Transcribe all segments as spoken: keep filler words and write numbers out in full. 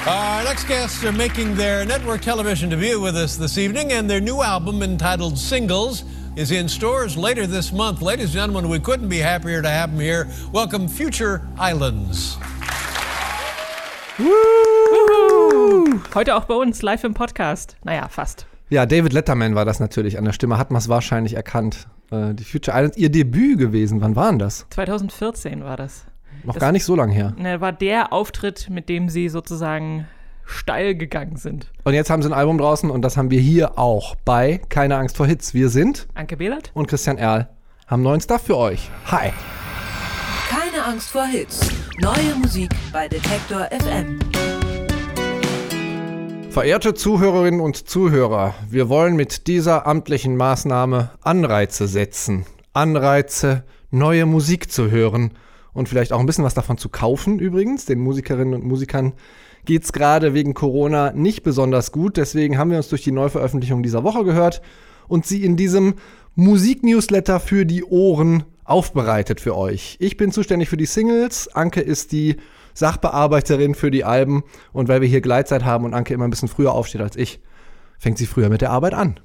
Our next guests are making their network television debut with us this evening, and their new album entitled Singles is in stores later this month. Ladies and gentlemen, we couldn't be happier to have them here. Welcome, Future Islands. Woo! Heute auch bei uns live im Podcast. Naja, fast. Ja, David Letterman war das natürlich an der Stimme, hat man es wahrscheinlich erkannt. Äh, die Future Islands, ihr Debüt gewesen, wann war denn das? zwanzig vierzehn war das. Noch das, gar nicht so lang her. Ne, war der Auftritt, mit dem sie sozusagen steil gegangen sind. Und jetzt haben sie ein Album draußen und das haben wir hier auch bei Keine Angst vor Hits. Wir sind Anke Behlert und Christian Erl, haben neuen Stuff für euch. Hi! Keine Angst vor Hits. Neue Musik bei Detektor F M. Verehrte Zuhörerinnen und Zuhörer, wir wollen mit dieser amtlichen Maßnahme Anreize setzen. Anreize, neue Musik zu hören und vielleicht auch ein bisschen was davon zu kaufen übrigens. Den Musikerinnen und Musikern geht's gerade wegen Corona nicht besonders gut. Deswegen haben wir uns durch die Neuveröffentlichung dieser Woche gehört und sie in diesem Musik-Newsletter für die Ohren aufbereitet für euch. Ich bin zuständig für die Singles, Anke ist die Sachbearbeiterin für die Alben. Und weil wir hier Gleitzeit haben und Anke immer ein bisschen früher aufsteht als ich, fängt sie früher mit der Arbeit an.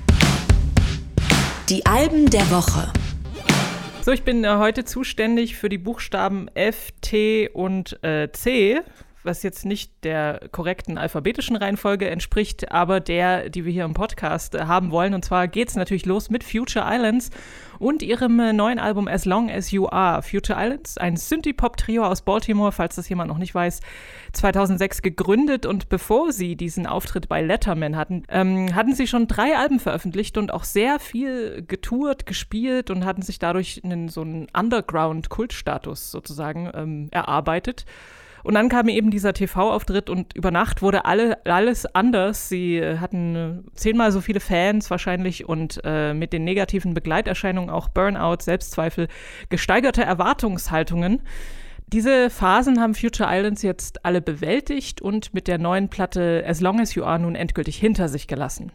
Die Alben der Woche. So, ich bin äh, heute zuständig für die Buchstaben F, T und äh, C, was jetzt nicht der korrekten alphabetischen Reihenfolge entspricht, aber der, die wir hier im Podcast äh, haben wollen. Und zwar geht es natürlich los mit Future Islands und ihrem äh, neuen Album As Long As You Are. Future Islands, ein Synthie-Pop-Trio aus Baltimore, falls das jemand noch nicht weiß, zweitausendsechs gegründet, und bevor sie diesen Auftritt bei Letterman hatten, ähm, hatten sie schon drei Alben veröffentlicht und auch sehr viel getourt, gespielt und hatten sich dadurch einen, so einen Underground-Kultstatus sozusagen ähm, erarbeitet. Und dann kam eben dieser T V-Auftritt und über Nacht wurde alle, alles anders. Sie hatten zehnmal so viele Fans wahrscheinlich und äh, mit den negativen Begleiterscheinungen auch Burnout, Selbstzweifel, gesteigerte Erwartungshaltungen. Diese Phasen haben Future Islands jetzt alle bewältigt und mit der neuen Platte As Long As You Are nun endgültig hinter sich gelassen.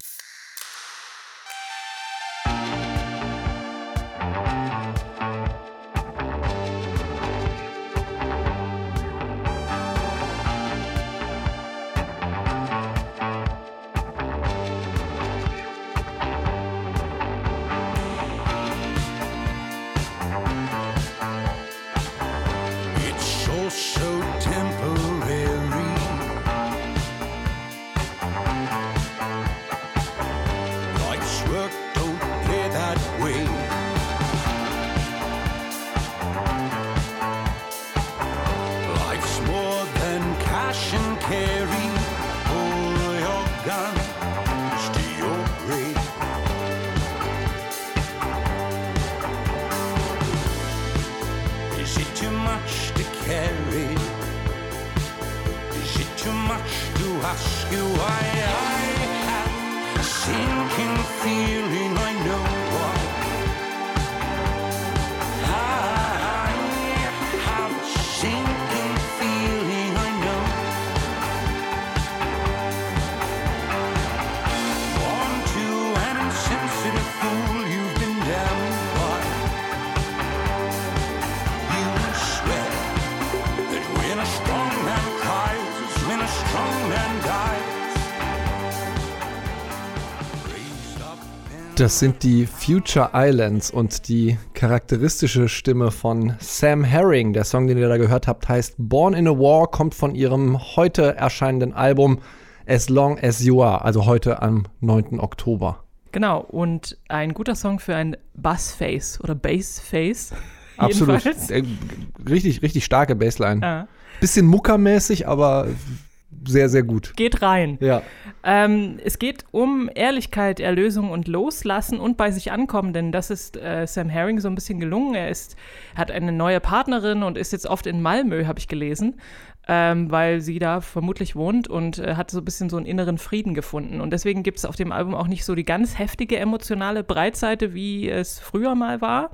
Das sind die Future Islands und die charakteristische Stimme von Sam Herring. Der Song, den ihr da gehört habt, heißt Born in a War, kommt von ihrem heute erscheinenden Album As Long As You Are, also heute am neunten Oktober. Genau, und ein guter Song für ein Bassface oder Bassface. Absolut. Äh, richtig, richtig starke Bassline. Ja. Bisschen muckermäßig, aber sehr, sehr gut. Geht rein. Ja. Ähm, es geht um Ehrlichkeit, Erlösung und Loslassen und bei sich ankommen, denn das ist äh, Sam Herring so ein bisschen gelungen. Er ist, hat eine neue Partnerin und ist jetzt oft in Malmö, habe ich gelesen, ähm, weil sie da vermutlich wohnt und äh, hat so ein bisschen so einen inneren Frieden gefunden. Und deswegen gibt es auf dem Album auch nicht so die ganz heftige emotionale Breitseite, wie es früher mal war.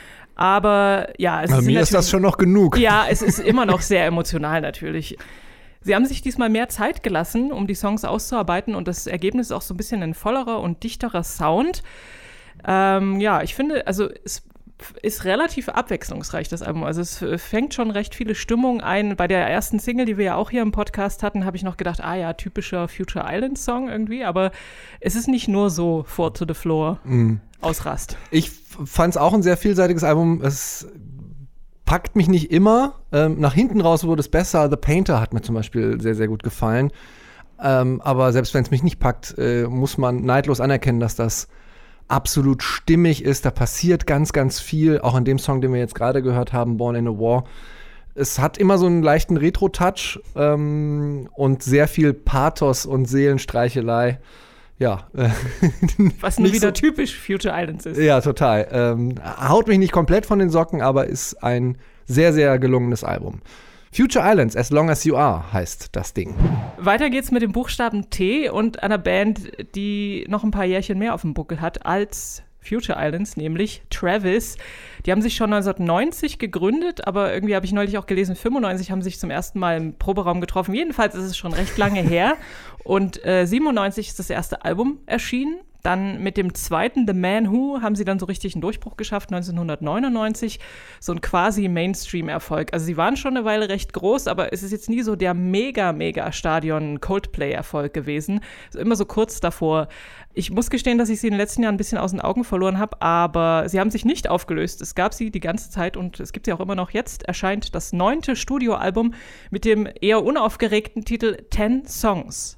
Aber ja, es Na, ist mir ist das schon noch genug. Ja, es ist immer noch sehr emotional natürlich. Sie haben sich diesmal mehr Zeit gelassen, um die Songs auszuarbeiten, und das Ergebnis ist auch so ein bisschen ein vollerer und dichterer Sound. Ähm, ja, ich finde, also es ist relativ abwechslungsreich, das Album. Also es fängt schon recht viele Stimmungen ein. Bei der ersten Single, die wir ja auch hier im Podcast hatten, habe ich noch gedacht, ah ja, typischer Future Island Song irgendwie. Aber es ist nicht nur so Four to the Floor, mm. Ausrast. Ich fand es auch ein sehr vielseitiges Album. Es packt mich nicht immer. Ähm, nach hinten raus wurde es besser. The Painter hat mir zum Beispiel sehr, sehr gut gefallen. Ähm, aber selbst wenn es mich nicht packt, äh, muss man neidlos anerkennen, dass das absolut stimmig ist, da passiert ganz, ganz viel, auch in dem Song, den wir jetzt gerade gehört haben, Born in a War. Es hat immer so einen leichten Retro-Touch ähm, und sehr viel Pathos und Seelenstreichelei. Ja. Was nur wieder so typisch Future Islands ist. Ja, total. Ähm, haut mich nicht komplett von den Socken, aber ist ein sehr, sehr gelungenes Album. Future Islands, As Long As You Are, heißt das Ding. Weiter geht's mit dem Buchstaben T und einer Band, die noch ein paar Jährchen mehr auf dem Buckel hat als Future Islands, nämlich Travis. Die haben sich schon neunzehnhundertneunzig gegründet, aber irgendwie habe ich neulich auch gelesen, fünfundneunzig haben sich zum ersten Mal im Proberaum getroffen. Jedenfalls ist es schon recht lange her. Und äh, siebenundneunzig ist das erste Album erschienen. Dann mit dem zweiten, The Man Who, haben sie dann so richtig einen Durchbruch geschafft, neunzehnhundertneunundneunzig. So ein quasi Mainstream-Erfolg. Also sie waren schon eine Weile recht groß, aber es ist jetzt nie so der mega, mega Stadion-Coldplay-Erfolg gewesen. Also immer so kurz davor. Ich muss gestehen, dass ich sie in den letzten Jahren ein bisschen aus den Augen verloren habe, aber sie haben sich nicht aufgelöst. Es gab sie die ganze Zeit und es gibt sie auch immer noch. Jetzt erscheint das neunte Studioalbum mit dem eher unaufgeregten Titel Ten Songs.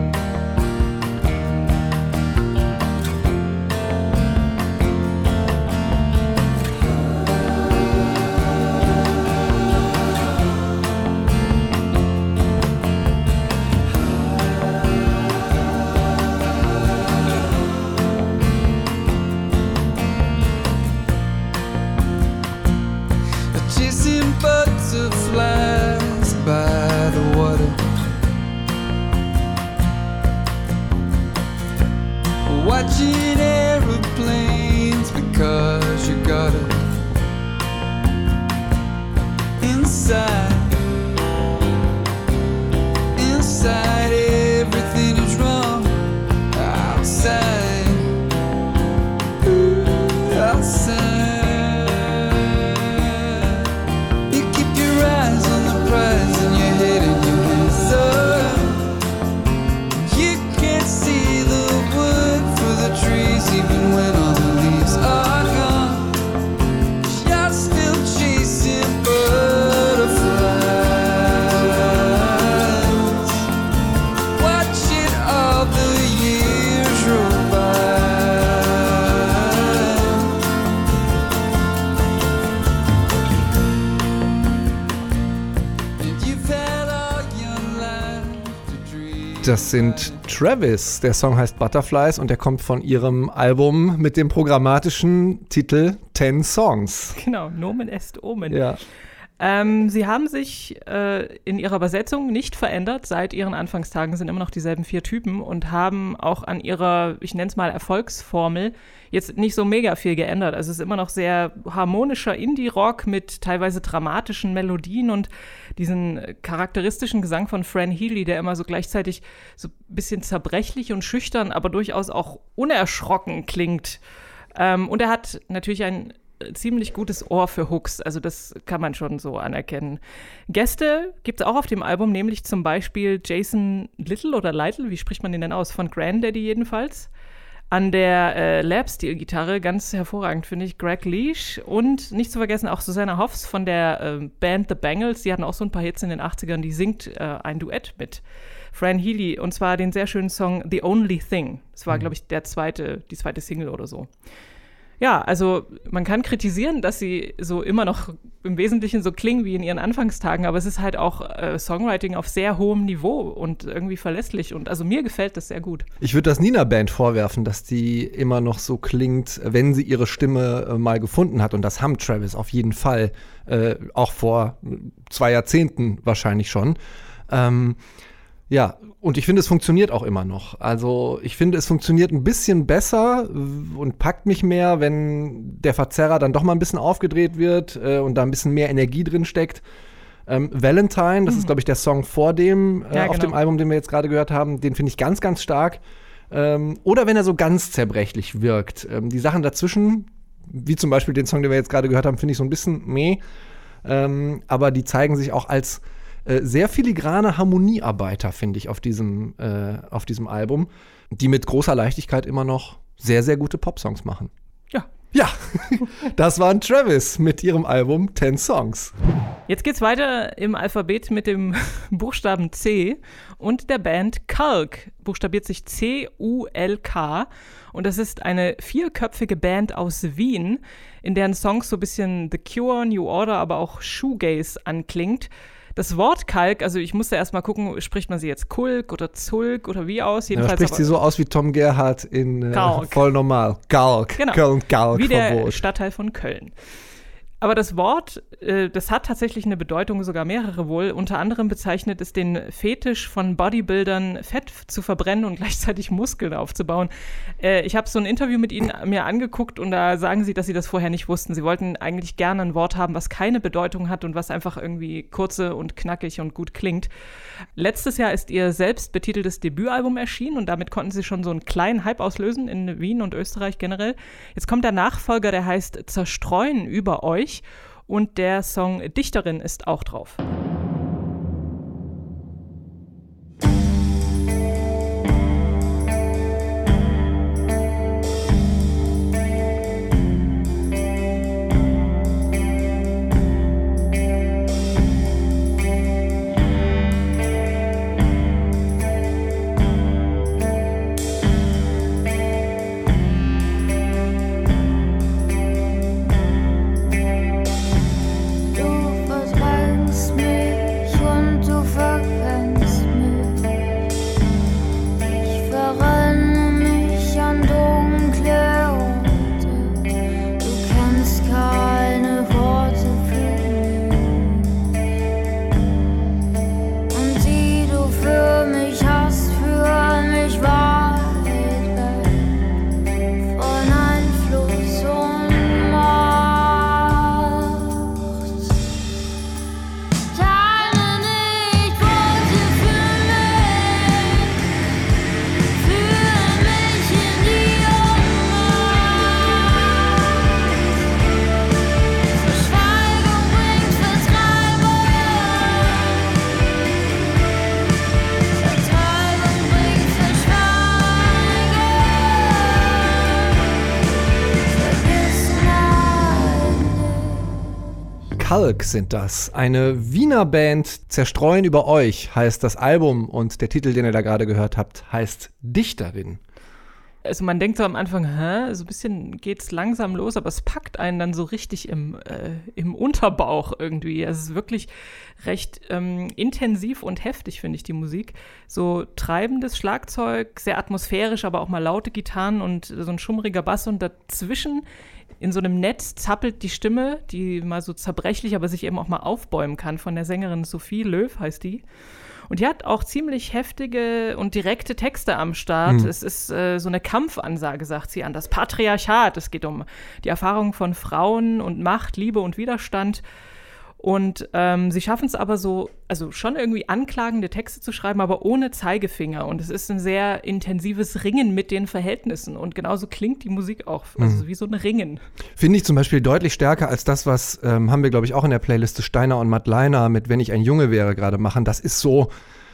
Watching aeroplanes because you got it inside. Inside everything is wrong. Outside, outside. You keep your eyes on the prize and your head in your hands up. You can't see the wood for the trees even when all the leaves are gone. You're still chasing butterflies. Watching all the years roll by. And you've had all your life to dream. Das sind Travis. Der Song heißt Butterflies und der kommt von ihrem Album mit dem programmatischen Titel Ten Songs. Genau, Nomen est Omen. Ja. Ähm, sie haben sich äh, in ihrer Übersetzung nicht verändert. Seit ihren Anfangstagen sind immer noch dieselben vier Typen und haben auch an ihrer, ich nenne es mal Erfolgsformel, jetzt nicht so mega viel geändert. Also es ist immer noch sehr harmonischer Indie-Rock mit teilweise dramatischen Melodien und diesen charakteristischen Gesang von Fran Healy, der immer so gleichzeitig so ein bisschen zerbrechlich und schüchtern, aber durchaus auch unerschrocken klingt. Ähm, und er hat natürlich ein ziemlich gutes Ohr für Hooks, also das kann man schon so anerkennen. Gäste gibt es auch auf dem Album, nämlich zum Beispiel Jason Little oder Lytle, wie spricht man den denn aus? Von Grandaddy jedenfalls. An der äh, Lap-Steel-Gitarre, ganz hervorragend finde ich, Greg Leash und nicht zu vergessen auch Susanna Hoffs von der äh, Band The Bangles, die hatten auch so ein paar Hits in den achtzigern, die singt äh, ein Duett mit Fran Healy und zwar den sehr schönen Song The Only Thing. Das war, mhm. glaube ich, der zweite, die zweite Single oder so. Ja, also man kann kritisieren, dass sie so immer noch im Wesentlichen so klingen wie in ihren Anfangstagen, aber es ist halt auch äh, Songwriting auf sehr hohem Niveau und irgendwie verlässlich und also mir gefällt das sehr gut. Ich würde das Nina-Band vorwerfen, dass die immer noch so klingt, wenn sie ihre Stimme äh, mal gefunden hat und das haben Travis auf jeden Fall, äh, auch vor zwei Jahrzehnten wahrscheinlich schon. Ähm, Ja, und ich finde, es funktioniert auch immer noch. Also ich finde, es funktioniert ein bisschen besser und packt mich mehr, wenn der Verzerrer dann doch mal ein bisschen aufgedreht wird äh, und da ein bisschen mehr Energie drin steckt. Ähm, Valentine, das mhm. ist, glaube ich, der Song vor dem, äh, ja, auf genau. dem Album, den wir jetzt gerade gehört haben, den finde ich ganz, ganz stark. Ähm, oder wenn er so ganz zerbrechlich wirkt. Ähm, die Sachen dazwischen wie zum Beispiel den Song, den wir jetzt gerade gehört haben, finde ich so ein bisschen meh. Ähm, aber die zeigen sich auch als äh, sehr filigrane Harmoniearbeiter, finde ich, auf diesem, äh, auf diesem Album, die mit großer Leichtigkeit immer noch sehr, sehr gute Popsongs machen. Ja. Ja, das waren Travis mit ihrem Album ten Songs. Jetzt geht's weiter im Alphabet mit dem Buchstaben C und der Band Culk. Buchstabiert sich C U L K. Und das ist eine vierköpfige Band aus Wien, in deren Songs so ein bisschen The Cure, New Order, aber auch Shoegaze anklingt. Das Wort Kalk, also ich musste erst mal gucken, spricht man sie jetzt Kulk oder Zulk oder wie aus? Ja, Jedenfalls spricht sie so aus wie Tom Gerhardt in äh, Voll Normal. Galk. Genau. Köln, Galk. Wie der Verbot. Stadtteil von Köln. Aber das Wort, äh, das hat tatsächlich eine Bedeutung, sogar mehrere wohl. Unter anderem bezeichnet es den Fetisch von Bodybuildern, Fett zu verbrennen und gleichzeitig Muskeln aufzubauen. Äh, ich habe so ein Interview mit ihnen mir angeguckt und da sagen sie, dass sie das vorher nicht wussten. Sie wollten eigentlich gerne ein Wort haben, was keine Bedeutung hat und was einfach irgendwie kurze und knackig und gut klingt. Letztes Jahr ist ihr selbst betiteltes Debütalbum erschienen und damit konnten sie schon so einen kleinen Hype auslösen in Wien und Österreich generell. Jetzt kommt der Nachfolger, der heißt Zerstreuen über euch. Und der Song Dichterin ist auch drauf. Culk sind das. Eine Wiener Band. Zerstreuen über euch heißt das Album und der Titel, den ihr da gerade gehört habt, heißt Dichterin. Also man denkt so am Anfang, hä, so ein bisschen geht's langsam los, aber es packt einen dann so richtig im, äh, im Unterbauch irgendwie. Es ist wirklich recht ähm, intensiv und heftig, finde ich, die Musik. So treibendes Schlagzeug, sehr atmosphärisch, aber auch mal laute Gitarren und so ein schummriger Bass und dazwischen in so einem Netz zappelt die Stimme, die mal so zerbrechlich, aber sich eben auch mal aufbäumen kann, von der Sängerin Sophie Löw heißt die. Und die hat auch ziemlich heftige und direkte Texte am Start. Mhm. Es ist äh, so eine Kampfansage, sagt sie, an das Patriarchat. Es geht um die Erfahrung von Frauen und Macht, Liebe und Widerstand. Und ähm, sie schaffen es aber so, also schon irgendwie anklagende Texte zu schreiben, aber ohne Zeigefinger. Und es ist ein sehr intensives Ringen mit den Verhältnissen. Und genauso klingt die Musik auch, also mhm. wie so ein Ringen. Finde ich zum Beispiel deutlich stärker als das, was ähm, haben wir, glaube ich, auch in der Playliste Steiner und Matt Leiner mit Wenn ich ein Junge wäre gerade machen. Das ist so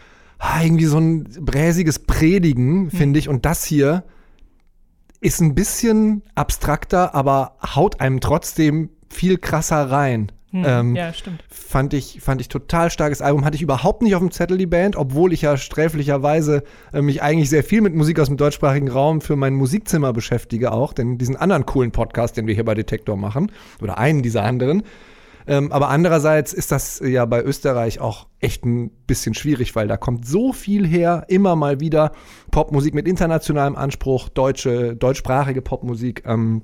ah, irgendwie so ein bräsiges Predigen, mhm. finde ich. Und das hier ist ein bisschen abstrakter, aber haut einem trotzdem viel krasser rein. Hm, ähm, ja, stimmt. Fand ich, fand ich total starkes Album. Hatte ich überhaupt nicht auf dem Zettel, die Band, obwohl ich ja sträflicherweise äh, mich eigentlich sehr viel mit Musik aus dem deutschsprachigen Raum für mein Musikzimmer beschäftige auch, denn diesen anderen coolen Podcast, den wir hier bei Detektor machen, oder einen dieser anderen. Ähm, aber andererseits ist das ja bei Österreich auch echt ein bisschen schwierig, weil da kommt so viel her, immer mal wieder Popmusik mit internationalem Anspruch, deutsche, deutschsprachige Popmusik, ähm,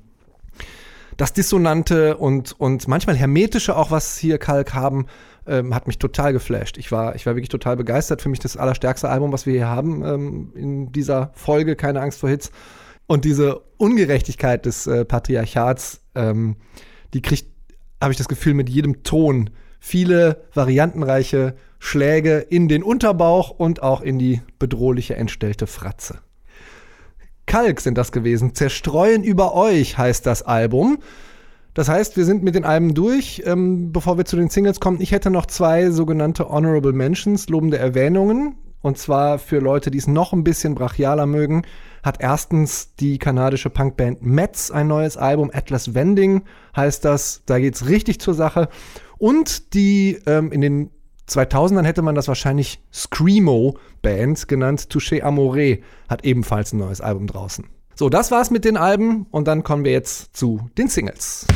das Dissonante und, und manchmal Hermetische auch, was hier Culk haben, ähm, hat mich total geflasht. Ich war, ich war wirklich total begeistert. Für mich das allerstärkste Album, was wir hier haben ähm, in dieser Folge, keine Angst vor Hits. Und diese Ungerechtigkeit des äh, Patriarchats, ähm, die kriegt, habe ich das Gefühl, mit jedem Ton viele variantenreiche Schläge in den Unterbauch und auch in die bedrohliche, entstellte Fratze. Kalk sind das gewesen. Zerstreuen über euch heißt das Album. Das heißt, wir sind mit den Alben durch. Ähm, bevor wir zu den Singles kommen, ich hätte noch zwei sogenannte Honorable Mentions, lobende Erwähnungen. Und zwar für Leute, die es noch ein bisschen brachialer mögen, hat erstens die kanadische Punkband Metz ein neues Album. Atlas Vending heißt das. Da geht's richtig zur Sache. Und die ähm, in den zweitausendern hätte man das wahrscheinlich Screamo-Band genannt. Touché Amoré hat ebenfalls ein neues Album draußen. So, das war's mit den Alben und dann kommen wir jetzt zu den Singles.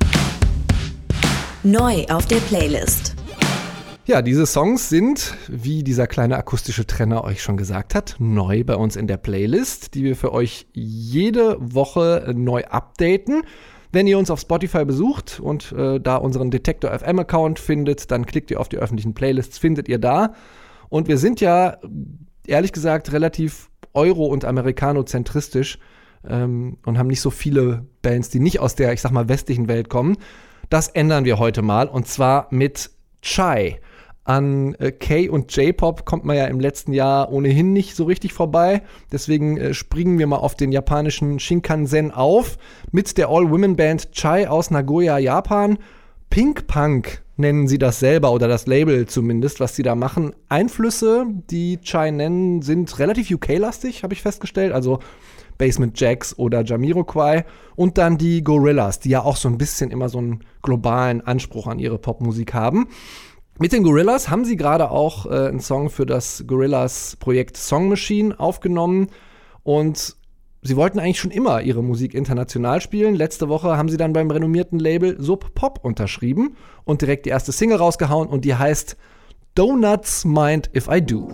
Neu auf der Playlist. Ja, diese Songs sind, wie dieser kleine akustische Trenner euch schon gesagt hat, neu bei uns in der Playlist, die wir für euch jede Woche neu updaten. Wenn ihr uns auf Spotify besucht und äh, da unseren Detektor F M-Account findet, dann klickt ihr auf die öffentlichen Playlists, findet ihr da. Und wir sind ja, ehrlich gesagt, relativ euro- und amerikanozentristisch ähm, und haben nicht so viele Bands, die nicht aus der, ich sag mal, westlichen Welt kommen. Das ändern wir heute mal und zwar mit Chai. An äh, K- und J-Pop kommt man ja im letzten Jahr ohnehin nicht so richtig vorbei. Deswegen äh, springen wir mal auf den japanischen Shinkansen auf mit der All-Women-Band Chai aus Nagoya, Japan. Pink Punk nennen sie das selber oder das Label zumindest, was sie da machen. Einflüsse, die Chai nennen, sind relativ U K-lastig, habe ich festgestellt. Also Basement Jaxx oder Jamiroquai. Und dann die Gorillaz, die ja auch so ein bisschen immer so einen globalen Anspruch an ihre Popmusik haben. Mit den Gorillaz haben sie gerade auch äh, einen Song für das Gorillaz-Projekt Song Machine aufgenommen und sie wollten eigentlich schon immer ihre Musik international spielen. Letzte Woche haben sie dann beim renommierten Label Sub Pop unterschrieben und direkt die erste Single rausgehauen und die heißt Donuts Mind If I Do.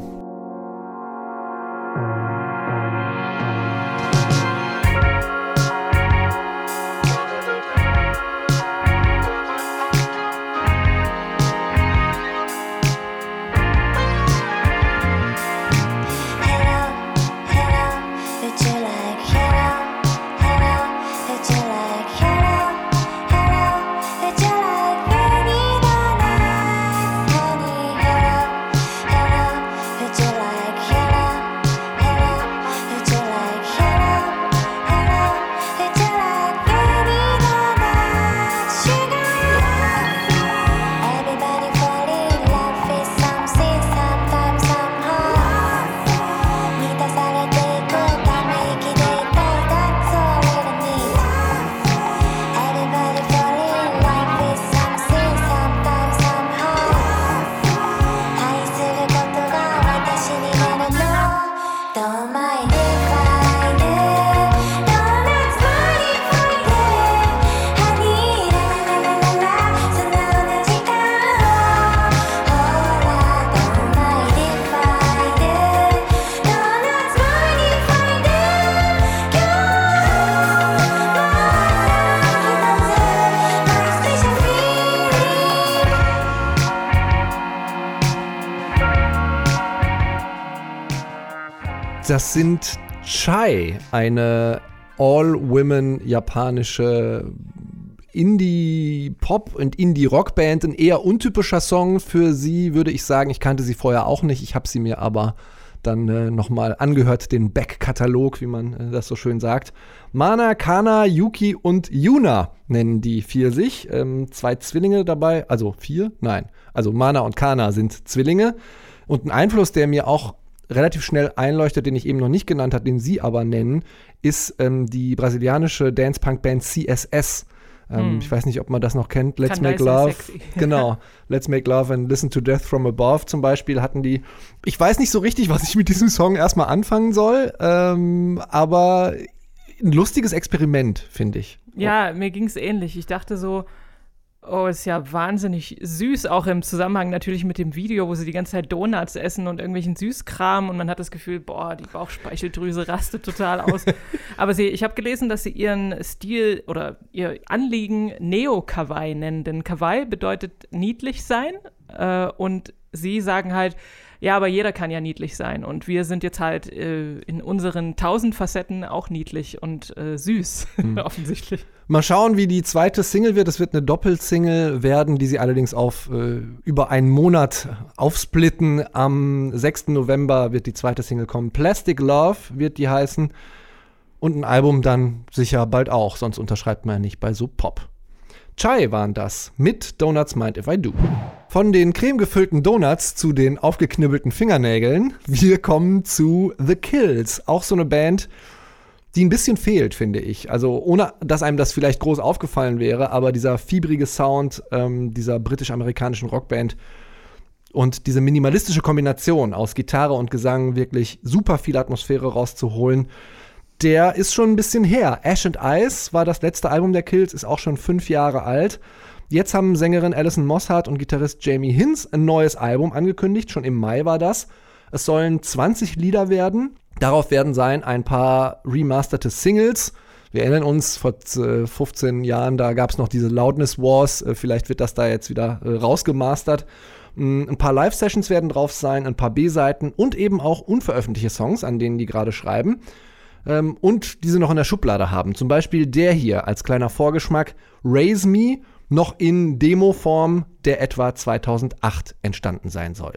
Das sind Chai, eine all-women-japanische Indie-Pop- und Indie-Rock-Band. Ein eher untypischer Song für sie, würde ich sagen. Ich kannte sie vorher auch nicht. Ich habe sie mir aber dann äh, nochmal angehört, den Back-Katalog, wie man äh, das so schön sagt. Mana, Kana, Yuki und Yuna nennen die vier sich. Ähm, zwei Zwillinge dabei, also vier? Nein. Also Mana und Kana sind Zwillinge. Und ein Einfluss, der mir auch relativ schnell einleuchtet, den ich eben noch nicht genannt habe, den sie aber nennen, ist ähm, die brasilianische Dance-Punk-Band C S S. Ähm, hm. Ich weiß nicht, ob man das noch kennt. Let's Kann Make Love. Genau. Let's Make Love and Listen to Death from Above zum Beispiel hatten die. Ich weiß nicht so richtig, was ich mit diesem Song erstmal anfangen soll, ähm, aber ein lustiges Experiment, finde ich. Ja, mir ging es ähnlich. Ich dachte so, oh, ist ja wahnsinnig süß, auch im Zusammenhang natürlich mit dem Video, wo sie die ganze Zeit Donuts essen und irgendwelchen Süßkram und man hat das Gefühl, boah, die Bauchspeicheldrüse rastet total aus. Aber sie, ich habe gelesen, dass sie ihren Stil oder ihr Anliegen Neo-Kawaii nennen, denn Kawaii bedeutet niedlich sein äh, und sie sagen halt, ja, aber jeder kann ja niedlich sein und wir sind jetzt halt äh, in unseren tausend Facetten auch niedlich und äh, süß, hm. offensichtlich. Mal schauen, wie die zweite Single wird. Es wird eine Doppelsingle werden, die sie allerdings auf äh, über einen Monat aufsplitten. Am sechsten November wird die zweite Single kommen. Plastic Love wird die heißen. Und ein Album dann sicher bald auch, sonst unterschreibt man ja nicht bei Sub Pop. Chai waren das, mit Donuts Mind If I Do. Von den cremegefüllten Donuts zu den aufgeknibbelten Fingernägeln. Wir kommen zu The Kills, auch so eine Band, die ein bisschen fehlt, finde ich. Also ohne, dass einem das vielleicht groß aufgefallen wäre, aber dieser fiebrige Sound ähm, dieser britisch-amerikanischen Rockband und diese minimalistische Kombination aus Gitarre und Gesang, wirklich super viel Atmosphäre rauszuholen, der ist schon ein bisschen her. Ash and Ice war das letzte Album der Kills, ist auch schon fünf Jahre alt. Jetzt haben Sängerin Alison Mosshart und Gitarrist Jamie Hinz ein neues Album angekündigt, schon im Mai war das. Es sollen zwanzig Lieder werden. Darauf werden sein ein paar remasterte Singles. Wir erinnern uns, vor fünfzehn Jahren, da gab es noch diese Loudness Wars. Vielleicht wird das da jetzt wieder rausgemastert. Ein paar Live-Sessions werden drauf sein, ein paar B-Seiten und eben auch unveröffentlichte Songs, an denen die gerade schreiben. Und diese noch in der Schublade haben. Zum Beispiel der hier als kleiner Vorgeschmack, Raise Me, noch in Demo-Form, der etwa zweitausendacht entstanden sein soll.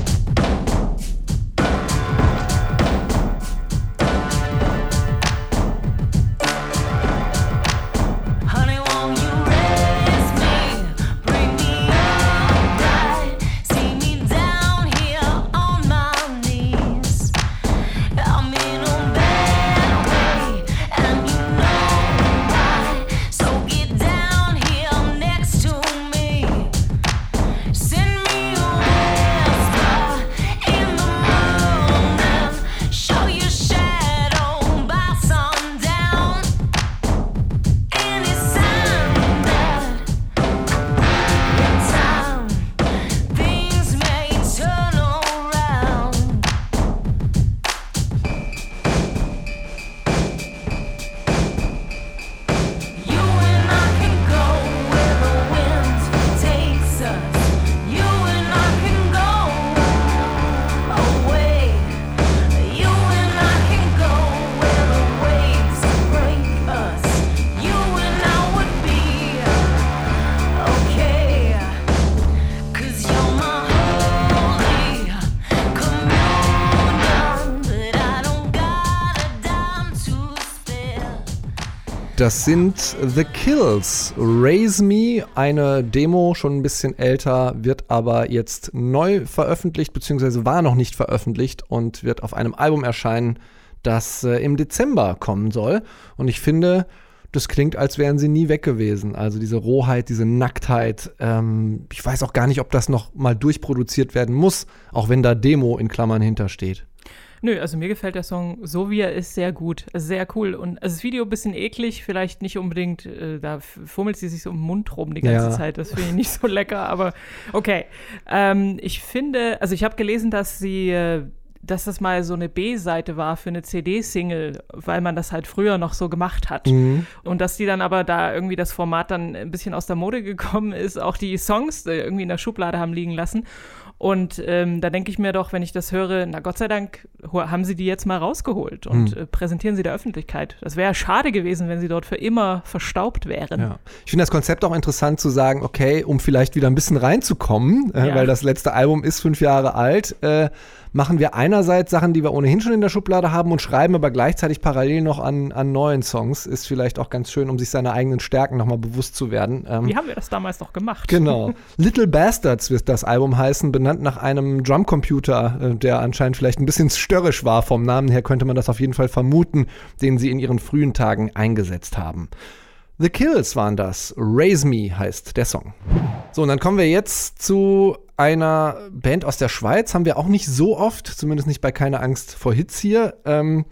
Das sind The Kills, Raise Me, eine Demo, schon ein bisschen älter, wird aber jetzt neu veröffentlicht, beziehungsweise war noch nicht veröffentlicht und wird auf einem Album erscheinen, das äh, im Dezember kommen soll. Und ich finde, das klingt, als wären sie nie weg gewesen. Also diese Rohheit, diese Nacktheit. Ähm, ich weiß auch gar nicht, ob das noch mal durchproduziert werden muss, auch wenn da Demo in Klammern hintersteht. Nö, also mir gefällt der Song so, wie er ist, sehr gut. Sehr cool. Und also das Video ein bisschen eklig, vielleicht nicht unbedingt, äh, da fummelt sie sich so im Mund rum die ganze Ja. Zeit. Das finde ich nicht so lecker, aber okay. Ähm, ich finde, also ich habe gelesen, dass sie, äh, dass das mal so eine B-Seite war für eine C D-Single, weil man das halt früher noch so gemacht hat. Mhm. Und dass die dann aber da irgendwie das Format dann ein bisschen aus der Mode gekommen ist, auch die Songs äh, irgendwie in der Schublade haben liegen lassen. Und ähm, da denke ich mir doch, wenn ich das höre, na Gott sei Dank ho- haben sie die jetzt mal rausgeholt und Hm. äh, präsentieren sie der Öffentlichkeit. Das wäre schade gewesen, wenn sie dort für immer verstaubt wären. Ja. Ich finde das Konzept auch interessant zu sagen, okay, um vielleicht wieder ein bisschen reinzukommen, äh, Ja. weil das letzte Album ist fünf Jahre alt, äh, machen wir einerseits Sachen, die wir ohnehin schon in der Schublade haben und schreiben aber gleichzeitig parallel noch an, an neuen Songs. Ist vielleicht auch ganz schön, um sich seiner eigenen Stärken nochmal bewusst zu werden. Ähm, Wie haben wir das damals noch gemacht? Genau. Little Bastards wird das Album heißen, benannt nach einem Drumcomputer, äh, der anscheinend vielleicht ein bisschen störrisch war. Vom Namen her könnte man das auf jeden Fall vermuten, den sie in ihren frühen Tagen eingesetzt haben. The Kills waren das. Raise Me heißt der Song. So, und dann kommen wir jetzt zu einer Band aus der Schweiz. Haben wir auch nicht so oft, zumindest nicht bei Keine Angst vor Hits hier. Ähm,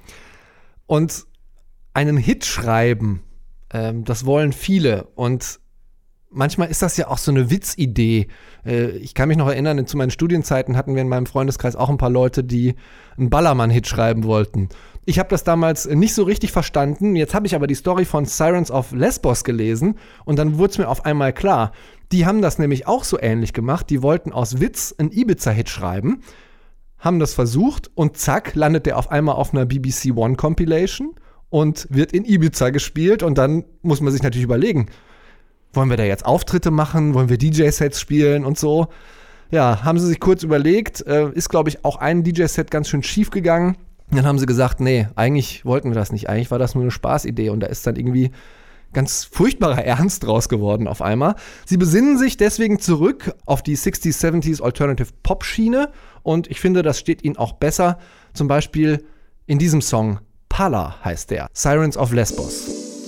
und einen Hit schreiben, ähm, das wollen viele. Und manchmal ist das ja auch so eine Witzidee. Äh, ich kann mich noch erinnern, zu meinen Studienzeiten hatten wir in meinem Freundeskreis auch ein paar Leute, die einen Ballermann-Hit schreiben wollten. Ich habe das damals nicht so richtig verstanden. Jetzt habe ich aber die Story von Sirens of Lesbos gelesen und dann wurde es mir auf einmal klar. Die haben das nämlich auch so ähnlich gemacht. Die wollten aus Witz einen Ibiza-Hit schreiben, haben das versucht und zack, landet der auf einmal auf einer B B C One Compilation und wird in Ibiza gespielt und dann muss man sich natürlich überlegen, wollen wir da jetzt Auftritte machen? Wollen wir D J-Sets spielen und so? Ja, haben sie sich kurz überlegt. Äh, ist, glaube ich, auch ein D J-Set ganz schön schief gegangen. Dann haben sie gesagt, nee, eigentlich wollten wir das nicht. Eigentlich war das nur eine Spaßidee. Und da ist dann irgendwie ganz furchtbarer Ernst draus geworden auf einmal. Sie besinnen sich deswegen zurück auf die sixties, seventies Alternative Pop Schiene. Und ich finde, das steht ihnen auch besser. Zum Beispiel in diesem Song, Pala heißt der, Sirens of Lesbos.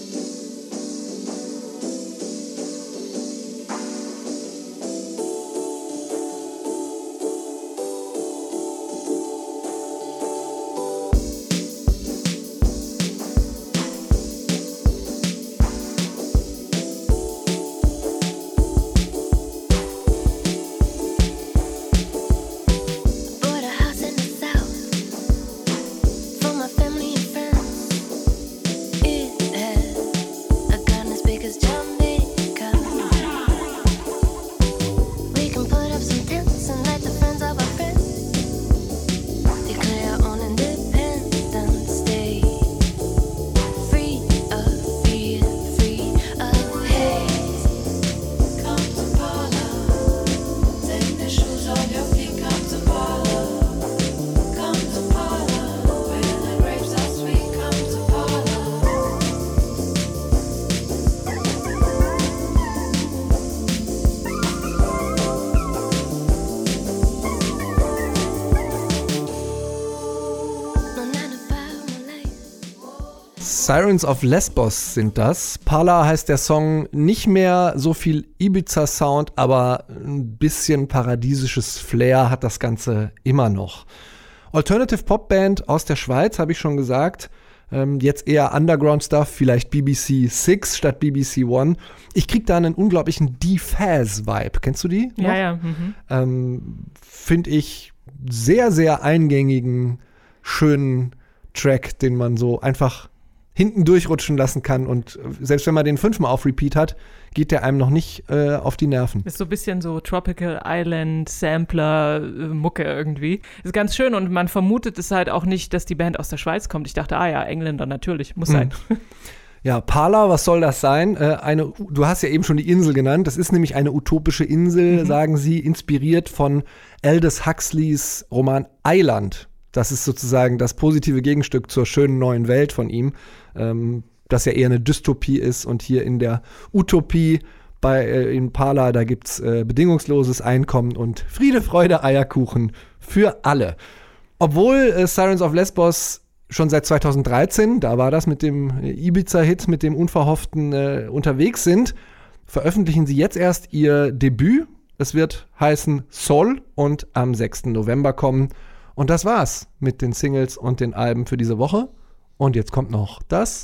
Sirens of Lesbos sind das. Pala heißt der Song, nicht mehr so viel Ibiza-Sound, aber ein bisschen paradiesisches Flair hat das Ganze immer noch. Alternative Pop Band aus der Schweiz, habe ich schon gesagt. Ähm, jetzt eher Underground-Stuff, vielleicht B B C six statt B B C one. Ich krieg da einen unglaublichen D-Faz-Vibe. Kennst du die noch? Ja, ja. Mhm. Ähm, Finde ich sehr, sehr eingängigen, schönen Track, den man so einfach hinten durchrutschen lassen kann. Und selbst wenn man den fünfmal auf Repeat hat, geht der einem noch nicht äh, auf die Nerven. Ist so ein bisschen so Tropical Island Sampler äh, Mucke irgendwie. Ist ganz schön und man vermutet es halt auch nicht, dass die Band aus der Schweiz kommt. Ich dachte, ah ja, Engländer natürlich, muss sein. Mhm. Ja, Pala, was soll das sein? Äh, eine, du hast ja eben schon die Insel genannt. Das ist nämlich eine utopische Insel, mhm. sagen sie, inspiriert von Aldous Huxleys Roman Eiland. Das ist sozusagen das positive Gegenstück zur schönen neuen Welt von ihm, ähm, das ja eher eine Dystopie ist. Und hier in der Utopie bei äh, in Pala, da gibt's äh, bedingungsloses Einkommen und Friede, Freude, Eierkuchen für alle. Obwohl äh, Sirens of Lesbos schon seit zweitausenddreizehn, da war das mit dem Ibiza-Hit, mit dem Unverhofften äh, unterwegs sind, veröffentlichen sie jetzt erst ihr Debüt. Es wird heißen Sol und am sechsten November kommen. Und das war's mit den Singles und den Alben für diese Woche. Und jetzt kommt noch das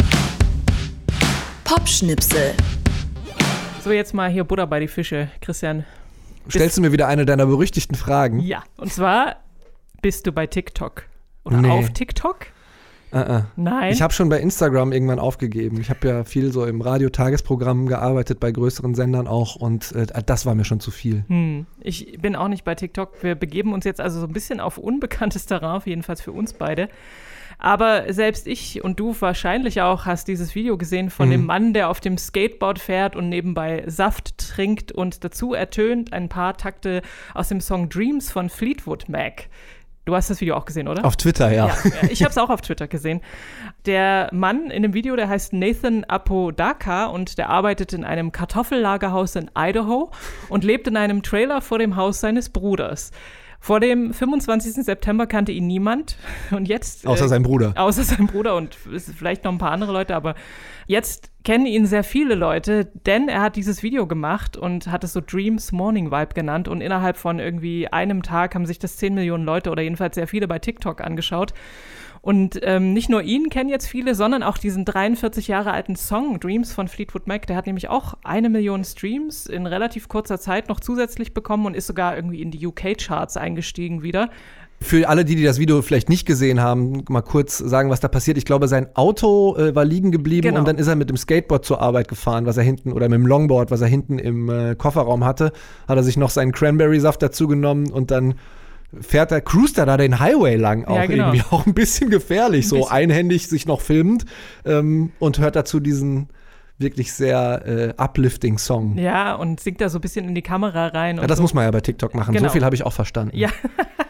Popschnipsel. So, jetzt mal hier Butter bei die Fische, Christian. Stellst du mir wieder eine deiner berüchtigten Fragen? Ja, und zwar, bist du bei TikTok? Oder Nee. auf TikTok? Uh-uh. Nein. Ich habe schon bei Instagram irgendwann aufgegeben. Ich habe ja viel so im Radio-Tagesprogramm gearbeitet, bei größeren Sendern auch. Und äh, das war mir schon zu viel. Hm. Ich bin auch nicht bei TikTok. Wir begeben uns jetzt also so ein bisschen auf unbekanntes Terrain, jedenfalls für uns beide. Aber selbst ich und du wahrscheinlich auch hast dieses Video gesehen von Mhm. dem Mann, der auf dem Skateboard fährt und nebenbei Saft trinkt und dazu ertönt ein paar Takte aus dem Song Dreams von Fleetwood Mac. Du hast das Video auch gesehen, oder? Auf Twitter, ja. Ja, ja, ich habe es auch auf Twitter gesehen. Der Mann in dem Video, der heißt Nathan Apodaca und der arbeitet in einem Kartoffellagerhaus in Idaho und lebt in einem Trailer vor dem Haus seines Bruders. Vor dem fünfundzwanzigsten September kannte ihn niemand und jetzt Außer äh, sein Bruder. Außer sein Bruder und vielleicht noch ein paar andere Leute, aber jetzt kennen ihn sehr viele Leute, denn er hat dieses Video gemacht und hat es so Dreams Morning Vibe genannt und innerhalb von irgendwie einem Tag haben sich das zehn Millionen Leute oder jedenfalls sehr viele bei TikTok angeschaut. Und ähm, nicht nur ihn kennen jetzt viele, sondern auch diesen dreiundvierzig Jahre alten Song Dreams von Fleetwood Mac. Der hat nämlich auch eine Million Streams in relativ kurzer Zeit noch zusätzlich bekommen und ist sogar irgendwie in die U K-Charts eingestiegen wieder. Für alle, die, die das Video vielleicht nicht gesehen haben, mal kurz sagen, was da passiert. Ich glaube, sein Auto äh, war liegen geblieben Genau. und dann ist er mit dem Skateboard zur Arbeit gefahren, was er hinten, oder mit dem Longboard, was er hinten im äh, Kofferraum hatte. Hat er sich noch seinen Cranberry-Saft dazu genommen und dann fährt er, cruist er da den Highway lang auch Ja, genau. irgendwie. Auch ein bisschen gefährlich, Ein so bisschen. einhändig sich noch filmend ähm, und hört dazu diesen wirklich sehr äh, uplifting Song. Ja, Ja, und singt da so ein bisschen in die Kamera rein. Und das so. muss man ja bei TikTok machen. Genau. So viel habe ich auch verstanden. Ja,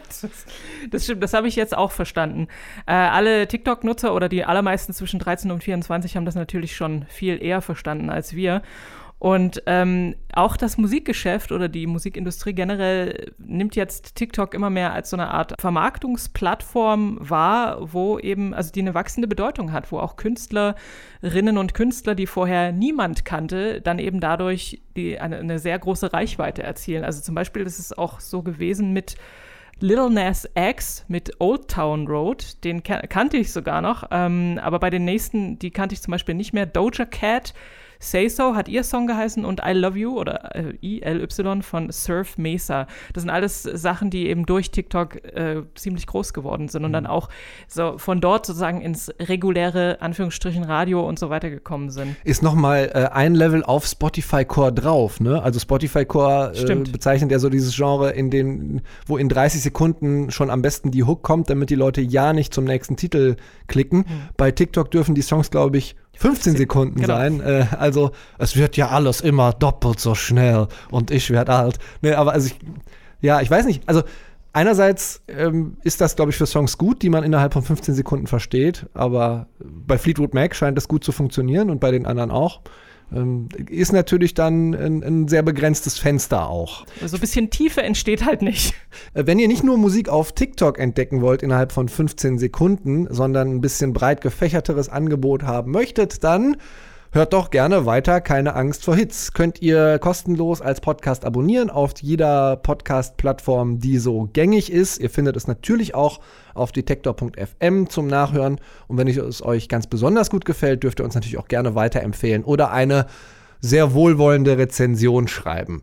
Das stimmt, das habe ich jetzt auch verstanden. Äh, alle TikTok-Nutzer oder die allermeisten zwischen dreizehn und vierundzwanzig haben das natürlich schon viel eher verstanden als wir. Und ähm, auch das Musikgeschäft oder die Musikindustrie generell nimmt jetzt TikTok immer mehr als so eine Art Vermarktungsplattform wahr, wo eben, also die eine wachsende Bedeutung hat, wo auch Künstlerinnen und Künstler, die vorher niemand kannte, dann eben dadurch die, eine, eine sehr große Reichweite erzielen. Also zum Beispiel ist es auch so gewesen mit Lil Nas X mit Old Town Road, den kan- kannte ich sogar noch, ähm, aber bei den nächsten, die kannte ich zum Beispiel nicht mehr. Doja Cat, Say So hat ihr Song geheißen und I Love You oder äh, I L Y von Surf Mesa. Das sind alles Sachen, die eben durch TikTok äh, ziemlich groß geworden sind und mhm. dann auch so von dort sozusagen ins reguläre, Anführungsstrichen, Radio und so weiter gekommen sind. Ist nochmal äh, ein Level auf Spotify Core drauf, ne? Also Spotify Core äh, bezeichnet ja so dieses Genre, in dem, wo in dreißig Sekunden schon am besten die Hook kommt, damit die Leute ja nicht zum nächsten Titel klicken. Mhm. Bei TikTok dürfen die Songs, glaube ich, fünfzehn Sekunden genau. sein. Äh, also, es wird ja alles immer doppelt so schnell und ich werde alt. Nee, aber also ich, ja, ich weiß nicht. Also, einerseits ähm, ist das, glaube ich, für Songs gut, die man innerhalb von fünfzehn Sekunden versteht. Aber bei Fleetwood Mac scheint das gut zu funktionieren und bei den anderen auch. Ähm, ist natürlich dann ein, ein sehr begrenztes Fenster auch. So ein bisschen Tiefe entsteht halt nicht. Wenn ihr nicht nur Musik auf TikTok entdecken wollt innerhalb von fünfzehn Sekunden, sondern ein bisschen breit gefächerteres Angebot haben möchtet, dann hört doch gerne weiter Keine Angst vor Hits. Könnt ihr kostenlos als Podcast abonnieren auf jeder Podcast-Plattform, die so gängig ist. Ihr findet es natürlich auch auf detektor punkt f m zum Nachhören. Und wenn es euch ganz besonders gut gefällt, dürft ihr uns natürlich auch gerne weiterempfehlen oder eine sehr wohlwollende Rezension schreiben.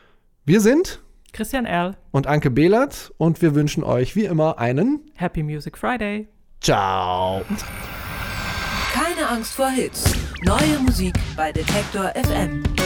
Wir sind Christian Erl und Anke Behlert und wir wünschen euch wie immer einen Happy Music Friday. Ciao. Keine Angst vor Hits. Neue Musik bei Detektor F M.